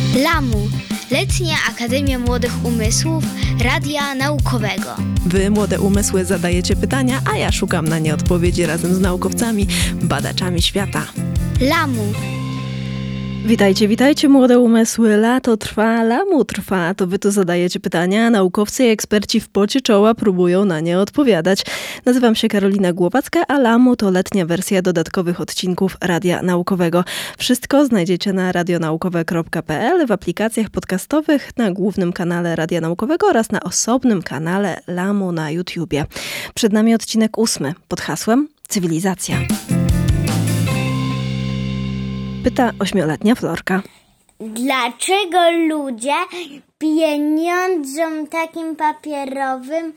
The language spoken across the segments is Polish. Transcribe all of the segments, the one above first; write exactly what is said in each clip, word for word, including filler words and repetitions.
Lamu, Letnia Akademia Młodych Umysłów Radia Naukowego. Wy, młode umysły, zadajecie pytania, a ja szukam na nie odpowiedzi razem z naukowcami, badaczami świata. Lamu. Witajcie, witajcie, młode umysły. Lato trwa, Lamu trwa. To wy tu zadajecie pytania, a naukowcy i eksperci w pocie czoła próbują na nie odpowiadać. Nazywam się Karolina Głowacka, a Lamu to letnia wersja dodatkowych odcinków Radia Naukowego. Wszystko znajdziecie na radionaukowe kropka pe el, w aplikacjach podcastowych, na głównym kanale Radia Naukowego oraz na osobnym kanale Lamu na YouTubie. Przed nami odcinek ósmy pod hasłem Cywilizacja. Pyta ośmioletnia Florka. Dlaczego ludzie pieniądzom takim papierowym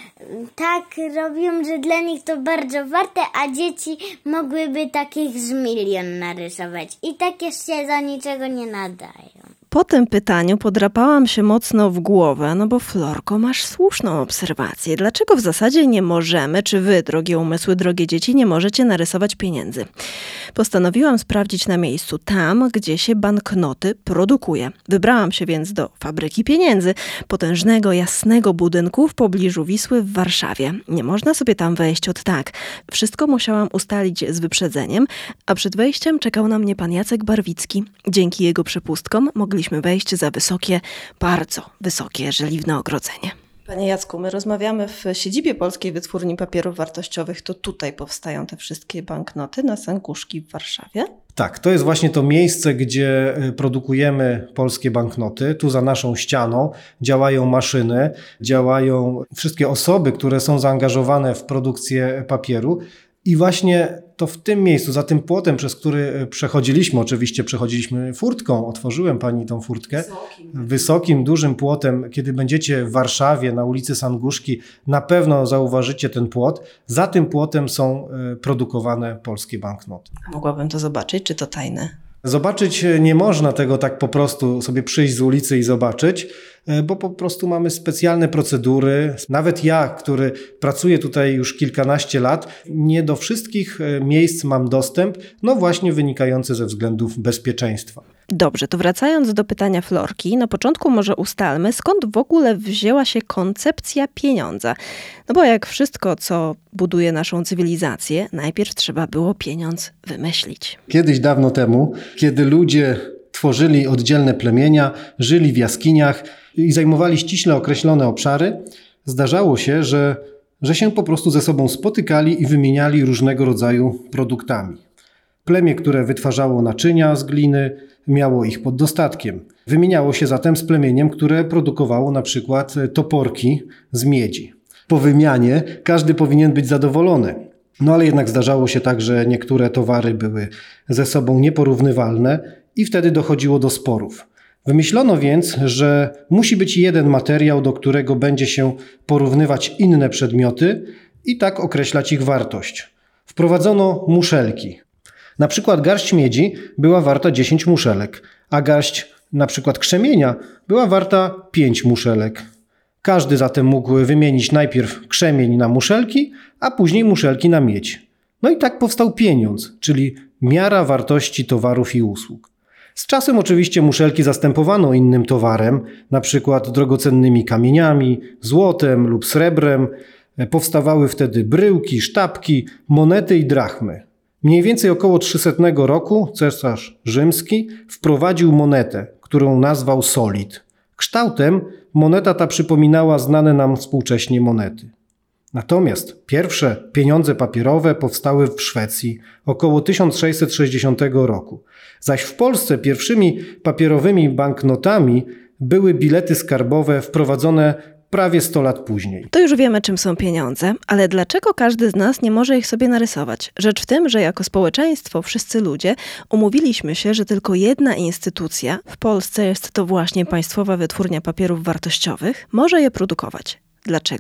tak robią, że dla nich to bardzo warte, a dzieci mogłyby takich z milion narysować i takie się za niczego nie nadają? Po tym pytaniu podrapałam się mocno w głowę, no bo Florko, masz słuszną obserwację. Dlaczego w zasadzie nie możemy, czy wy, drogie umysły, drogie dzieci, nie możecie narysować pieniędzy? Postanowiłam sprawdzić na miejscu, tam, gdzie się banknoty produkuje. Wybrałam się więc do fabryki pieniędzy, potężnego, jasnego budynku w pobliżu Wisły w Warszawie. Nie można sobie tam wejść od tak. Wszystko musiałam ustalić z wyprzedzeniem, a przed wejściem czekał na mnie pan Jacek Barwicki. Dzięki jego przepustkom mogliśmy wejść za wysokie, bardzo wysokie, żeliwne ogrodzenie. Panie Jacku, my rozmawiamy w siedzibie Polskiej Wytwórni Papierów Wartościowych. To tutaj powstają te wszystkie banknoty na Sankuszki w Warszawie? Tak, to jest właśnie to miejsce, gdzie produkujemy polskie banknoty. Tu za naszą ścianą działają maszyny, działają wszystkie osoby, które są zaangażowane w produkcję papieru. I właśnie to w tym miejscu, za tym płotem, przez który przechodziliśmy, oczywiście przechodziliśmy furtką, otworzyłem pani tą furtkę, wysokim, wysokim dużym płotem. Kiedy będziecie w Warszawie na ulicy Sanguszki, na pewno zauważycie ten płot. Za tym płotem są produkowane polskie banknoty. Mogłabym to zobaczyć, czy to tajne? Zobaczyć nie można tego tak po prostu sobie przyjść z ulicy i zobaczyć, bo po prostu mamy specjalne procedury. Nawet ja, który pracuję tutaj już kilkanaście lat, nie do wszystkich miejsc mam dostęp, no właśnie wynikający ze względów bezpieczeństwa. Dobrze, to wracając do pytania Florki, na początku może ustalmy, skąd w ogóle wzięła się koncepcja pieniądza. No bo jak wszystko, co buduje naszą cywilizację, najpierw trzeba było pieniądz wymyślić. Kiedyś dawno temu, kiedy ludzie tworzyli oddzielne plemienia, żyli w jaskiniach i zajmowali ściśle określone obszary, zdarzało się, że, że się po prostu ze sobą spotykali i wymieniali różnego rodzaju produktami. Plemię, które wytwarzało naczynia z gliny, miało ich pod dostatkiem. Wymieniało się zatem z plemieniem, które produkowało na przykład toporki z miedzi. Po wymianie każdy powinien być zadowolony. No ale jednak zdarzało się tak, że niektóre towary były ze sobą nieporównywalne i wtedy dochodziło do sporów. Wymyślono więc, że musi być jeden materiał, do którego będzie się porównywać inne przedmioty i tak określać ich wartość. Wprowadzono muszelki. Na przykład garść miedzi była warta dziesięć muszelek, a garść na przykład krzemienia była warta pięć muszelek. Każdy zatem mógł wymienić najpierw krzemień na muszelki, a później muszelki na miedź. No i tak powstał pieniądz, czyli miara wartości towarów i usług. Z czasem oczywiście muszelki zastępowano innym towarem, na przykład drogocennymi kamieniami, złotem lub srebrem. Powstawały wtedy bryłki, sztabki, monety i drachmy. Mniej więcej około trzysetnego roku cesarz rzymski wprowadził monetę, którą nazwał solid. Kształtem moneta ta przypominała znane nam współcześnie monety. Natomiast pierwsze pieniądze papierowe powstały w Szwecji około tysiąc sześćset sześćdziesiątego roku. Zaś w Polsce pierwszymi papierowymi banknotami były bilety skarbowe wprowadzone prawie sto lat później. To już wiemy, czym są pieniądze, ale dlaczego każdy z nas nie może ich sobie narysować? Rzecz w tym, że jako społeczeństwo, wszyscy ludzie, umówiliśmy się, że tylko jedna instytucja, w Polsce jest to właśnie Państwowa Wytwórnia Papierów Wartościowych, może je produkować. Dlaczego?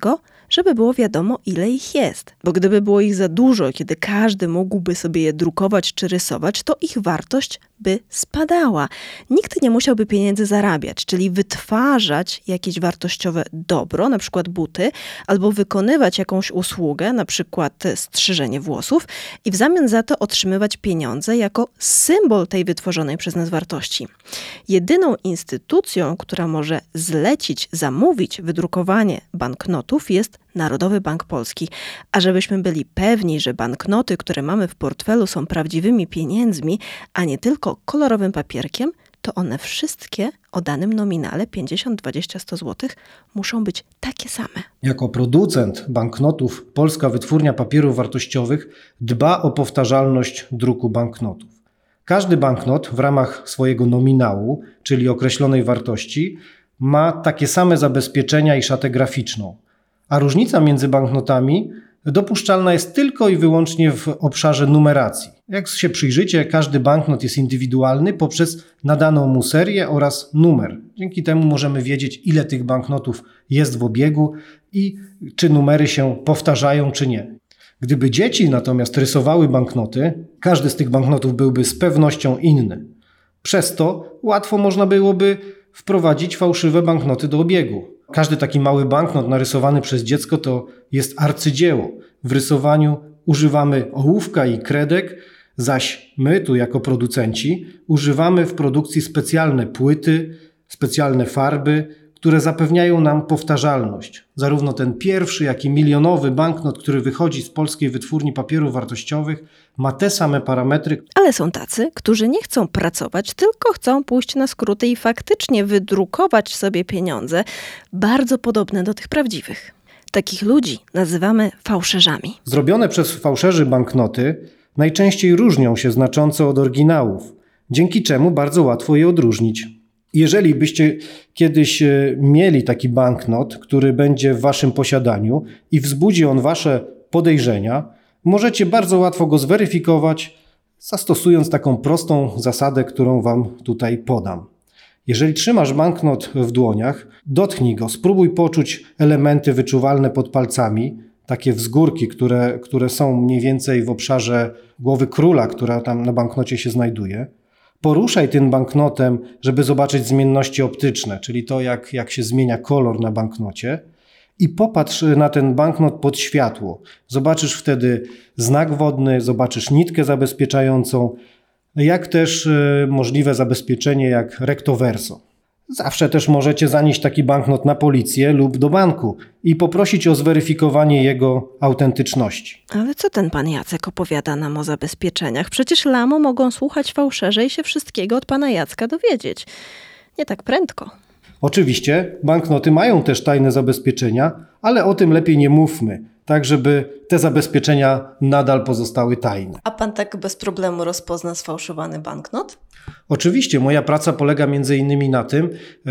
żeby było wiadomo, ile ich jest. Bo gdyby było ich za dużo, kiedy każdy mógłby sobie je drukować czy rysować, to ich wartość by spadała. Nikt nie musiałby pieniędzy zarabiać, czyli wytwarzać jakieś wartościowe dobro, na przykład buty, albo wykonywać jakąś usługę, na przykład strzyżenie włosów i w zamian za to otrzymywać pieniądze jako symbol tej wytworzonej przez nas wartości. Jedyną instytucją, która może zlecić, zamówić wydrukowanie banknotów jest Narodowy Bank Polski. A żebyśmy byli pewni, że banknoty, które mamy w portfelu są prawdziwymi pieniędzmi, a nie tylko kolorowym papierkiem, to one wszystkie o danym nominale pięćdziesiąt, dwadzieścia, sto złotych muszą być takie same. Jako producent banknotów Polska Wytwórnia Papierów Wartościowych dba o powtarzalność druku banknotów. Każdy banknot w ramach swojego nominału, czyli określonej wartości, ma takie same zabezpieczenia i szatę graficzną. A różnica między banknotami dopuszczalna jest tylko i wyłącznie w obszarze numeracji. Jak się przyjrzycie, każdy banknot jest indywidualny poprzez nadaną mu serię oraz numer. Dzięki temu możemy wiedzieć, ile tych banknotów jest w obiegu i czy numery się powtarzają, czy nie. Gdyby dzieci natomiast rysowały banknoty, każdy z tych banknotów byłby z pewnością inny. Przez to łatwo można byłoby wprowadzić fałszywe banknoty do obiegu. Każdy taki mały banknot narysowany przez dziecko to jest arcydzieło. W rysowaniu używamy ołówka i kredek, zaś my tu jako producenci używamy w produkcji specjalne płyty, specjalne farby, które zapewniają nam powtarzalność. Zarówno ten pierwszy, jak i milionowy banknot, który wychodzi z Polskiej Wytwórni Papierów Wartościowych, ma te same parametry. Ale są tacy, którzy nie chcą pracować, tylko chcą pójść na skróty i faktycznie wydrukować sobie pieniądze bardzo podobne do tych prawdziwych. Takich ludzi nazywamy fałszerzami. Zrobione przez fałszerzy banknoty najczęściej różnią się znacząco od oryginałów, dzięki czemu bardzo łatwo je odróżnić. Jeżeli byście kiedyś mieli taki banknot, który będzie w waszym posiadaniu i wzbudzi on wasze podejrzenia, możecie bardzo łatwo go zweryfikować, zastosując taką prostą zasadę, którą wam tutaj podam. Jeżeli trzymasz banknot w dłoniach, dotknij go, spróbuj poczuć elementy wyczuwalne pod palcami, takie wzgórki, które, które są mniej więcej w obszarze głowy króla, która tam na banknocie się znajduje. Poruszaj tym banknotem, żeby zobaczyć zmienności optyczne, czyli to, jak, jak się zmienia kolor na banknocie, i popatrz na ten banknot pod światło. Zobaczysz wtedy znak wodny, zobaczysz nitkę zabezpieczającą, jak też y, możliwe zabezpieczenie jak recto verso. Zawsze też możecie zanieść taki banknot na policję lub do banku i poprosić o zweryfikowanie jego autentyczności. Ale co ten pan Jacek opowiada nam o zabezpieczeniach? Przecież lamo mogą słuchać fałszerze i się wszystkiego od pana Jacka dowiedzieć. Nie tak prędko. Oczywiście banknoty mają też tajne zabezpieczenia, ale o tym lepiej nie mówmy, tak żeby te zabezpieczenia nadal pozostały tajne. A pan tak bez problemu rozpozna sfałszowany banknot? Oczywiście moja praca polega między innymi na tym,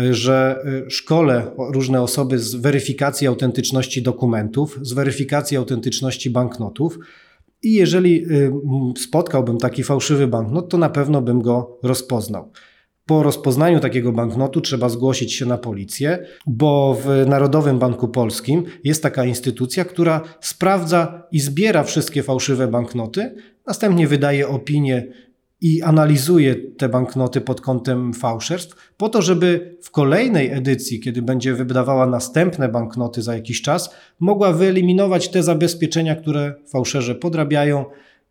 że szkolę różne osoby z weryfikacji autentyczności dokumentów, z weryfikacji autentyczności banknotów i jeżeli spotkałbym taki fałszywy banknot, to na pewno bym go rozpoznał. Po rozpoznaniu takiego banknotu trzeba zgłosić się na policję, bo w Narodowym Banku Polskim jest taka instytucja, która sprawdza i zbiera wszystkie fałszywe banknoty, następnie wydaje opinię i analizuje te banknoty pod kątem fałszerstw, po to, żeby w kolejnej edycji, kiedy będzie wydawała następne banknoty za jakiś czas, mogła wyeliminować te zabezpieczenia, które fałszerze podrabiają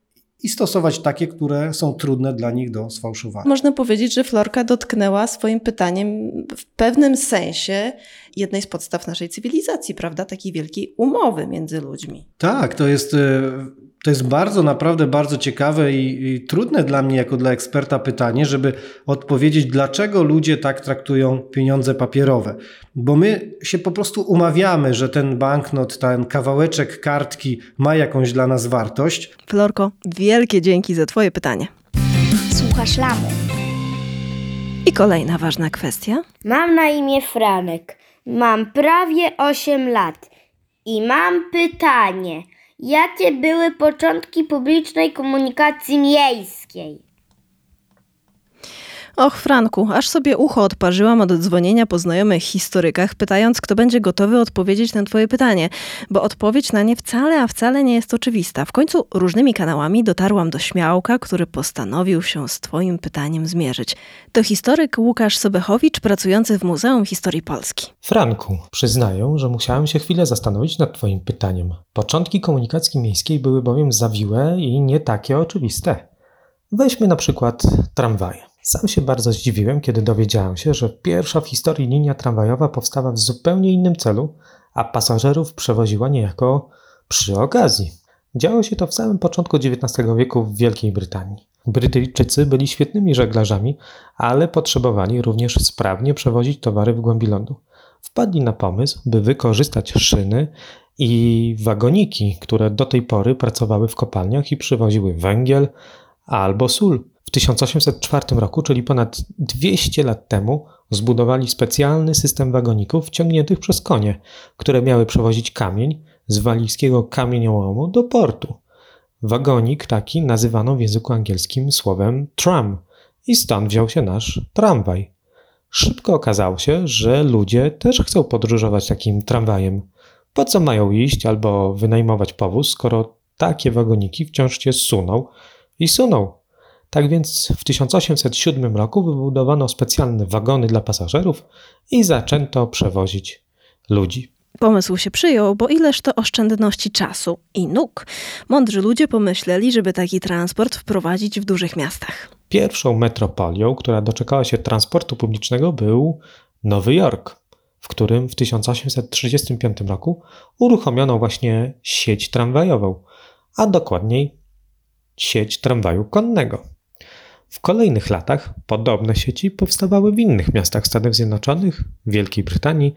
i stosować takie, które są trudne dla nich do sfałszowania. Można powiedzieć, że Florka dotknęła swoim pytaniem w pewnym sensie jednej z podstaw naszej cywilizacji, prawda? Takiej wielkiej umowy między ludźmi. Tak, to jest, to jest bardzo, naprawdę bardzo ciekawe i, i trudne dla mnie jako dla eksperta pytanie, żeby odpowiedzieć, dlaczego ludzie tak traktują pieniądze papierowe. Bo my się po prostu umawiamy, że ten banknot, ten kawałeczek kartki ma jakąś dla nas wartość. Florko, wielkie dzięki za twoje pytanie. Słuchasz Lamu. I kolejna ważna kwestia. Mam na imię Franek. Mam prawie osiem lat. I mam pytanie. Jakie były początki publicznej komunikacji miejskiej? Och, Franku, aż sobie ucho odparzyłam od dzwonienia po znajomych historykach, pytając, kto będzie gotowy odpowiedzieć na twoje pytanie, bo odpowiedź na nie wcale, a wcale nie jest oczywista. W końcu różnymi kanałami dotarłam do śmiałka, który postanowił się z twoim pytaniem zmierzyć. To historyk Łukasz Sobechowicz, pracujący w Muzeum Historii Polski. Franku, przyznaję, że musiałem się chwilę zastanowić nad twoim pytaniem. Początki komunikacji miejskiej były bowiem zawiłe i nie takie oczywiste. Weźmy na przykład tramwaje. Sam się bardzo zdziwiłem, kiedy dowiedziałem się, że pierwsza w historii linia tramwajowa powstała w zupełnie innym celu, a pasażerów przewoziła niejako przy okazji. Działo się to w samym początku dziewiętnastego wieku w Wielkiej Brytanii. Brytyjczycy byli świetnymi żeglarzami, ale potrzebowali również sprawnie przewozić towary w głębi lądu. Wpadli na pomysł, by wykorzystać szyny i wagoniki, które do tej pory pracowały w kopalniach i przywoziły węgiel albo sól. W tysiąc osiemset czwartym roku, czyli ponad dwieście lat temu, zbudowali specjalny system wagoników ciągniętych przez konie, które miały przewozić kamień z walijskiego kamieniołomu do portu. Wagonik taki nazywano w języku angielskim słowem tram i stąd wziął się nasz tramwaj. Szybko okazało się, że ludzie też chcą podróżować takim tramwajem. Po co mają iść albo wynajmować powóz, skoro takie wagoniki wciąż cię suną i suną. Tak więc w tysiąc osiemset siódmym roku wybudowano specjalne wagony dla pasażerów i zaczęto przewozić ludzi. Pomysł się przyjął, bo ileż to oszczędności czasu i nóg. Mądrzy ludzie pomyśleli, żeby taki transport wprowadzić w dużych miastach. Pierwszą metropolią, która doczekała się transportu publicznego, był Nowy Jork, w którym w tysiąc osiemset trzydziestym piątym roku uruchomiono właśnie sieć tramwajową, a dokładniej sieć tramwaju konnego. W kolejnych latach podobne sieci powstawały w innych miastach Stanów Zjednoczonych, Wielkiej Brytanii,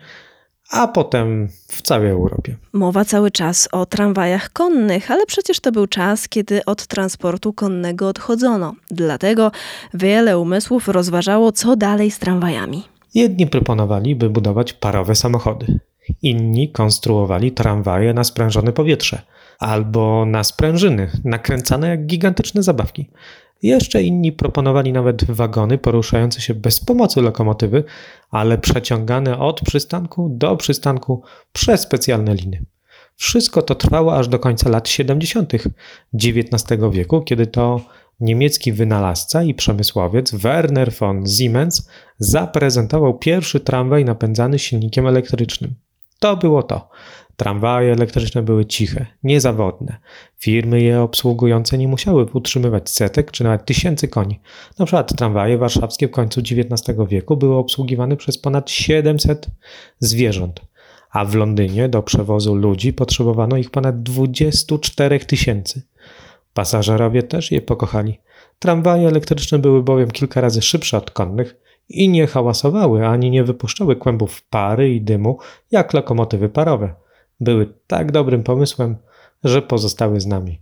a potem w całej Europie. Mowa cały czas o tramwajach konnych, ale przecież to był czas, kiedy od transportu konnego odchodzono. Dlatego wiele umysłów rozważało, co dalej z tramwajami. Jedni proponowali, by budować parowe samochody. Inni konstruowali tramwaje na sprężone powietrze albo na sprężyny, nakręcane jak gigantyczne zabawki. Jeszcze inni proponowali nawet wagony poruszające się bez pomocy lokomotywy, ale przeciągane od przystanku do przystanku przez specjalne liny. Wszystko to trwało aż do końca lat siedemdziesiątych dziewiętnastego wieku, kiedy to niemiecki wynalazca i przemysłowiec Werner von Siemens zaprezentował pierwszy tramwaj napędzany silnikiem elektrycznym. To było to. Tramwaje elektryczne były ciche, niezawodne. Firmy je obsługujące nie musiały utrzymywać setek czy nawet tysięcy koni. Na przykład tramwaje warszawskie w końcu dziewiętnastego wieku były obsługiwane przez ponad siedemset zwierząt, a w Londynie do przewozu ludzi potrzebowano ich ponad dwadzieścia cztery tysięcy. Pasażerowie też je pokochali. Tramwaje elektryczne były bowiem kilka razy szybsze od konnych i nie hałasowały ani nie wypuszczały kłębów pary i dymu jak lokomotywy parowe. Były tak dobrym pomysłem, że pozostały z nami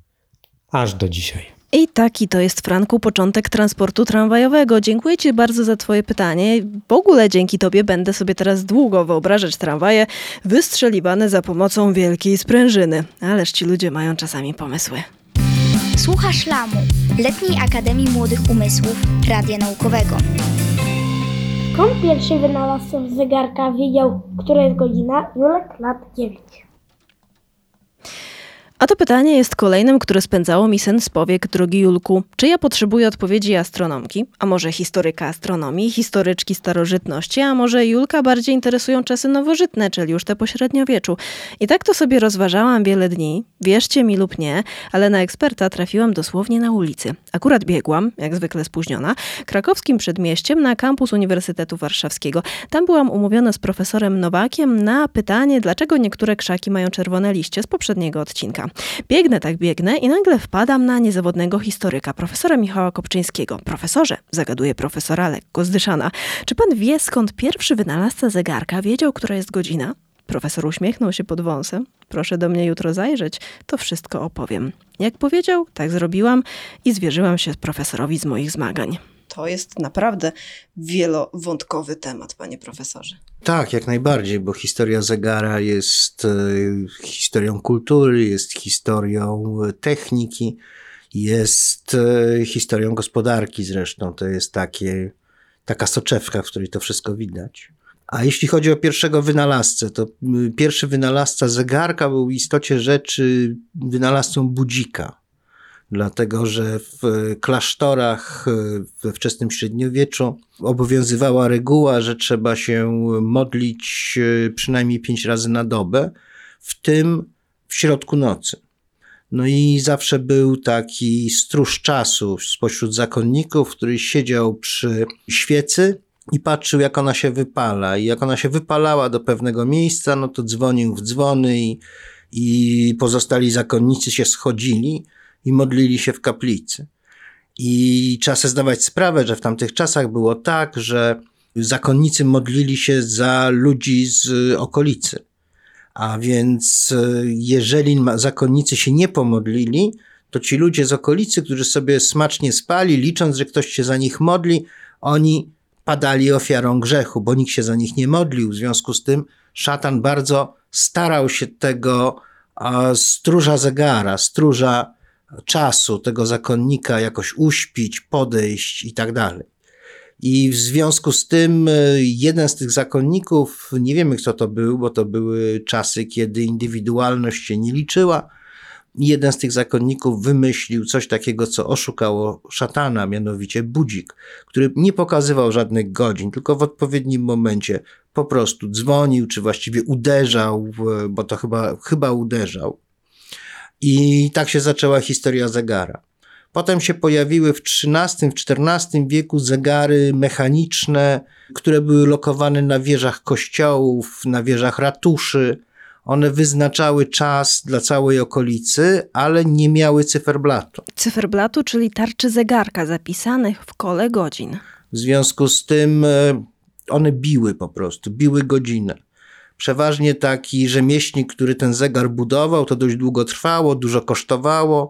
aż do dzisiaj. I taki to jest, Franku, początek transportu tramwajowego. Dziękuję ci bardzo za twoje pytanie. W ogóle dzięki tobie będę sobie teraz długo wyobrażać tramwaje wystrzeliwane za pomocą wielkiej sprężyny. Ależ ci ludzie mają czasami pomysły. Słuchasz Lamu, Letniej Akademii Młodych Umysłów Radia Naukowego. Skąd pierwszy wynalazca zegarka wiedział, która jest godzina? Julek, lat dziewięć. A to pytanie jest kolejnym, które spędzało mi sen z powiek, drogi Julku. Czy ja potrzebuję odpowiedzi astronomki? A może historyka astronomii, historyczki starożytności? A może Julka bardziej interesują czasy nowożytne, czyli już te pośredniowieczu? I tak to sobie rozważałam wiele dni. Wierzcie mi lub nie, ale na eksperta trafiłam dosłownie na ulicy. Akurat biegłam, jak zwykle spóźniona, krakowskim przedmieściem na kampus Uniwersytetu Warszawskiego. Tam byłam umówiona z profesorem Nowakiem na pytanie, dlaczego niektóre krzaki mają czerwone liście z poprzedniego odcinka. Biegnę tak biegnę i nagle wpadam na niezawodnego historyka, profesora Michała Kopczyńskiego. Profesorze, zagaduje profesora lekko zdyszana, czy pan wie, skąd pierwszy wynalazca zegarka wiedział, która jest godzina? Profesor uśmiechnął się pod wąsem. Proszę do mnie jutro zajrzeć, to wszystko opowiem. Jak powiedział, tak zrobiłam i zwierzyłam się profesorowi z moich zmagań. To jest naprawdę wielowątkowy temat, panie profesorze. Tak, jak najbardziej, bo historia zegara jest e, historią kultury, jest historią techniki, jest e, historią gospodarki zresztą. To jest takie taka soczewka, w której to wszystko widać. A jeśli chodzi o pierwszego wynalazcę, to pierwszy wynalazca zegarka był w istocie rzeczy wynalazcą budzika. Dlatego, że w klasztorach we wczesnym średniowieczu obowiązywała reguła, że trzeba się modlić przynajmniej pięć razy na dobę, w tym w środku nocy. No i zawsze był taki stróż czasu spośród zakonników, który siedział przy świecy i patrzył, jak ona się wypala. I jak ona się wypalała do pewnego miejsca, no to dzwonił w dzwony i, i pozostali zakonnicy się schodzili i modlili się w kaplicy. I trzeba sobie zdawać sprawę, że w tamtych czasach było tak, że zakonnicy modlili się za ludzi z okolicy. A więc jeżeli zakonnicy się nie pomodlili, to ci ludzie z okolicy, którzy sobie smacznie spali, licząc, że ktoś się za nich modli, oni padali ofiarą grzechu, bo nikt się za nich nie modlił. W związku z tym szatan bardzo starał się tego stróża zegara, stróża czasu, tego zakonnika jakoś uśpić, podejść i tak dalej. I w związku z tym jeden z tych zakonników, nie wiemy kto to był, bo to były czasy, kiedy indywidualność się nie liczyła, jeden z tych zakonników wymyślił coś takiego, co oszukało szatana, mianowicie budzik, który nie pokazywał żadnych godzin, tylko w odpowiednim momencie po prostu dzwonił, czy właściwie uderzał, bo to chyba, chyba uderzał. I tak się zaczęła historia zegara. Potem się pojawiły w trzynastym, w czternastym wieku zegary mechaniczne, które były lokowane na wieżach kościołów, na wieżach ratuszy. One wyznaczały czas dla całej okolicy, ale nie miały cyferblatu. Cyferblatu, czyli tarczy zegarka zapisanych w kole godzin. W związku z tym one biły po prostu, biły godzinę. Przeważnie taki rzemieślnik, który ten zegar budował, to dość długo trwało, dużo kosztowało.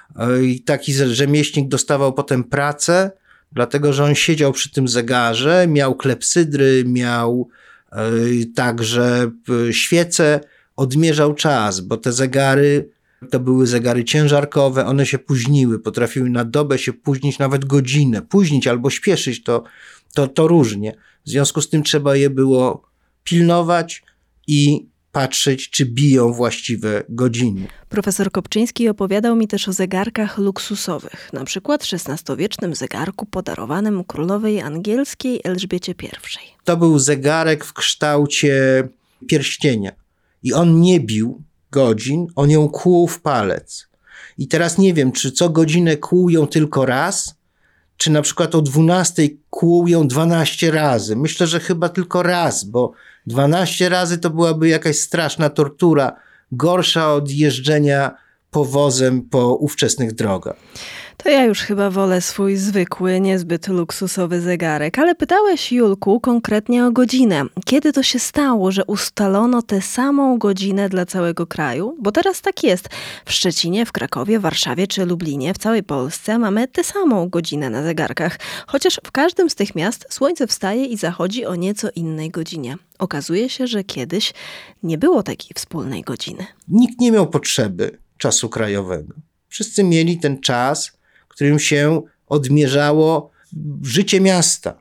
I taki rzemieślnik dostawał potem pracę, dlatego że on siedział przy tym zegarze, miał klepsydry, miał yy, także świece, odmierzał czas, bo te zegary to były zegary ciężarkowe, one się późniły, potrafiły na dobę się późnić nawet godzinę, późnić albo śpieszyć, to, to, to różnie. W związku z tym trzeba je było pilnować i patrzeć, czy biją właściwe godziny. Profesor Kopczyński opowiadał mi też o zegarkach luksusowych, na przykład szesnastowiecznym zegarku podarowanym królowej angielskiej Elżbiecie pierwszej. To był zegarek w kształcie pierścienia i on nie bił godzin, on ją kłuł w palec. I teraz nie wiem, czy co godzinę kłuł ją tylko raz, czy na przykład o dwunastej kłuł ją dwanaście razy. Myślę, że chyba tylko raz, bo dwanaście razy to byłaby jakaś straszna tortura, gorsza od jeżdżenia powozem po ówczesnych drogach. To ja już chyba wolę swój zwykły, niezbyt luksusowy zegarek. Ale pytałeś, Julku, konkretnie o godzinę. Kiedy to się stało, że ustalono tę samą godzinę dla całego kraju? Bo teraz tak jest. W Szczecinie, w Krakowie, Warszawie czy Lublinie, w całej Polsce mamy tę samą godzinę na zegarkach. Chociaż w każdym z tych miast słońce wstaje i zachodzi o nieco innej godzinie. Okazuje się, że kiedyś nie było takiej wspólnej godziny. Nikt nie miał potrzeby czasu krajowego. Wszyscy mieli ten czas, którym się odmierzało życie miasta.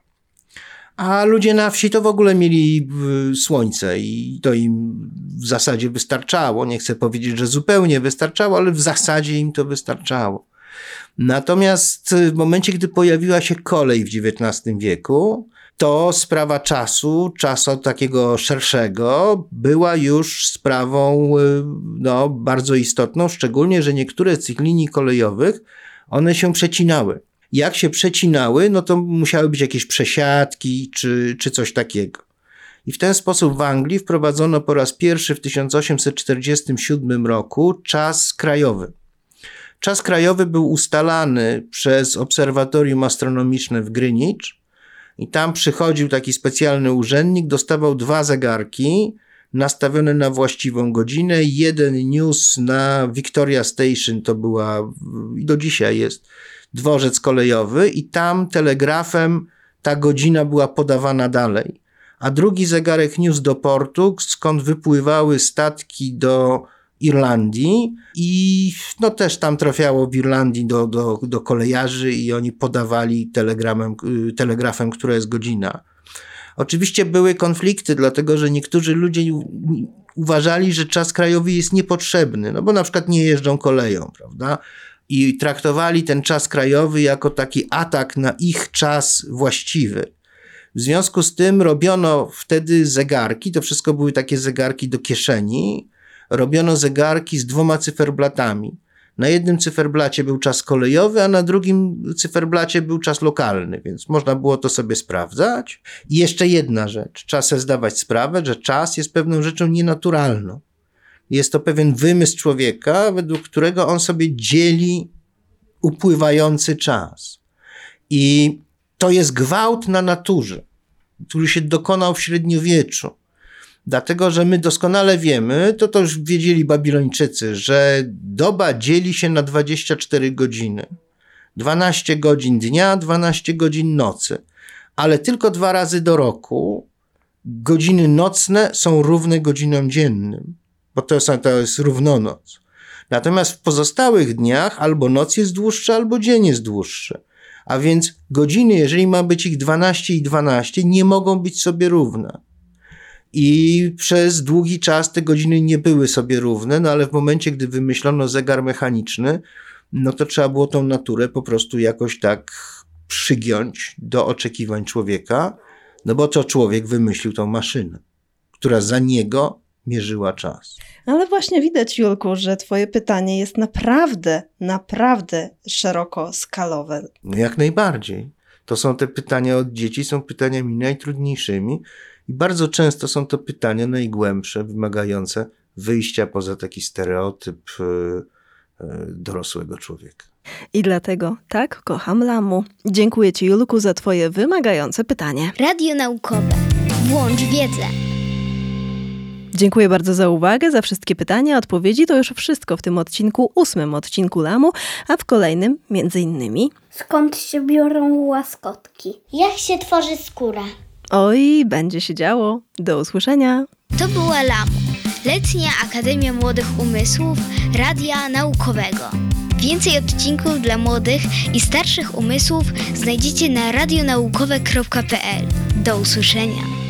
A ludzie na wsi to w ogóle mieli słońce i to im w zasadzie wystarczało. Nie chcę powiedzieć, że zupełnie wystarczało, ale w zasadzie im to wystarczało. Natomiast w momencie, gdy pojawiła się kolej w dziewiętnastym wieku, to sprawa czasu, czasu takiego szerszego, była już sprawą no, bardzo istotną, szczególnie, że niektóre z tych linii kolejowych one się przecinały. Jak się przecinały, no to musiały być jakieś przesiadki czy, czy coś takiego. I w ten sposób w Anglii wprowadzono po raz pierwszy w tysiąc osiemset czterdziestym siódmym roku czas krajowy. Czas krajowy był ustalany przez obserwatorium astronomiczne w Greenwich i tam przychodził taki specjalny urzędnik, dostawał dwa zegarki nastawione na właściwą godzinę. Jeden niósł na Victoria Station, to była i do dzisiaj jest dworzec kolejowy i tam telegrafem ta godzina była podawana dalej. A drugi zegarek niósł do portu, skąd wypływały statki do Irlandii i no też tam trafiało w Irlandii do, do, do kolejarzy i oni podawali telegramem, telegrafem, która jest godzina. Oczywiście były konflikty, dlatego że niektórzy ludzie uważali, że czas krajowy jest niepotrzebny, no bo na przykład nie jeżdżą koleją, prawda? I traktowali ten czas krajowy jako taki atak na ich czas właściwy. W związku z tym robiono wtedy zegarki, to wszystko były takie zegarki do kieszeni, robiono zegarki z dwoma cyferblatami. Na jednym cyferblacie był czas kolejowy, a na drugim cyferblacie był czas lokalny, więc można było to sobie sprawdzać. I jeszcze jedna rzecz, trzeba sobie zdawać sprawę, że czas jest pewną rzeczą nienaturalną. Jest to pewien wymysł człowieka, według którego on sobie dzieli upływający czas. I to jest gwałt na naturze, który się dokonał w średniowieczu. Dlatego, że my doskonale wiemy, to to już wiedzieli Babilończycy, że doba dzieli się na dwadzieścia cztery godziny. dwanaście godzin dnia, dwanaście godzin nocy. Ale tylko dwa razy do roku godziny nocne są równe godzinom dziennym, bo to jest, to jest równonoc. Natomiast w pozostałych dniach albo noc jest dłuższa, albo dzień jest dłuższy. A więc godziny, jeżeli ma być ich dwanaście i dwanaście, nie mogą być sobie równe. I przez długi czas te godziny nie były sobie równe, no ale w momencie, gdy wymyślono zegar mechaniczny, no to trzeba było tą naturę po prostu jakoś tak przygiąć do oczekiwań człowieka, no bo to człowiek wymyślił tą maszynę, która za niego mierzyła czas. Ale właśnie widać, Julku, że twoje pytanie jest naprawdę, naprawdę szeroko skalowe. No jak najbardziej. To są te pytania od dzieci, są pytaniami najtrudniejszymi i bardzo często są to pytania najgłębsze, wymagające wyjścia poza taki stereotyp yy, yy, dorosłego człowieka. I dlatego tak kocham Lamu. Dziękuję ci, Julku, za twoje wymagające pytanie. Radio naukowe. Włącz wiedzę. Dziękuję bardzo za uwagę, za wszystkie pytania, odpowiedzi. To już wszystko w tym odcinku, ósmym odcinku Lamu, a w kolejnym między innymi... Skąd się biorą łaskotki? Jak się tworzy skóra? Oj, będzie się działo. Do usłyszenia. To była Lamu, Letnia Akademia Młodych Umysłów Radia Naukowego. Więcej odcinków dla młodych i starszych umysłów znajdziecie na radionaukowe kropka pe el. Do usłyszenia.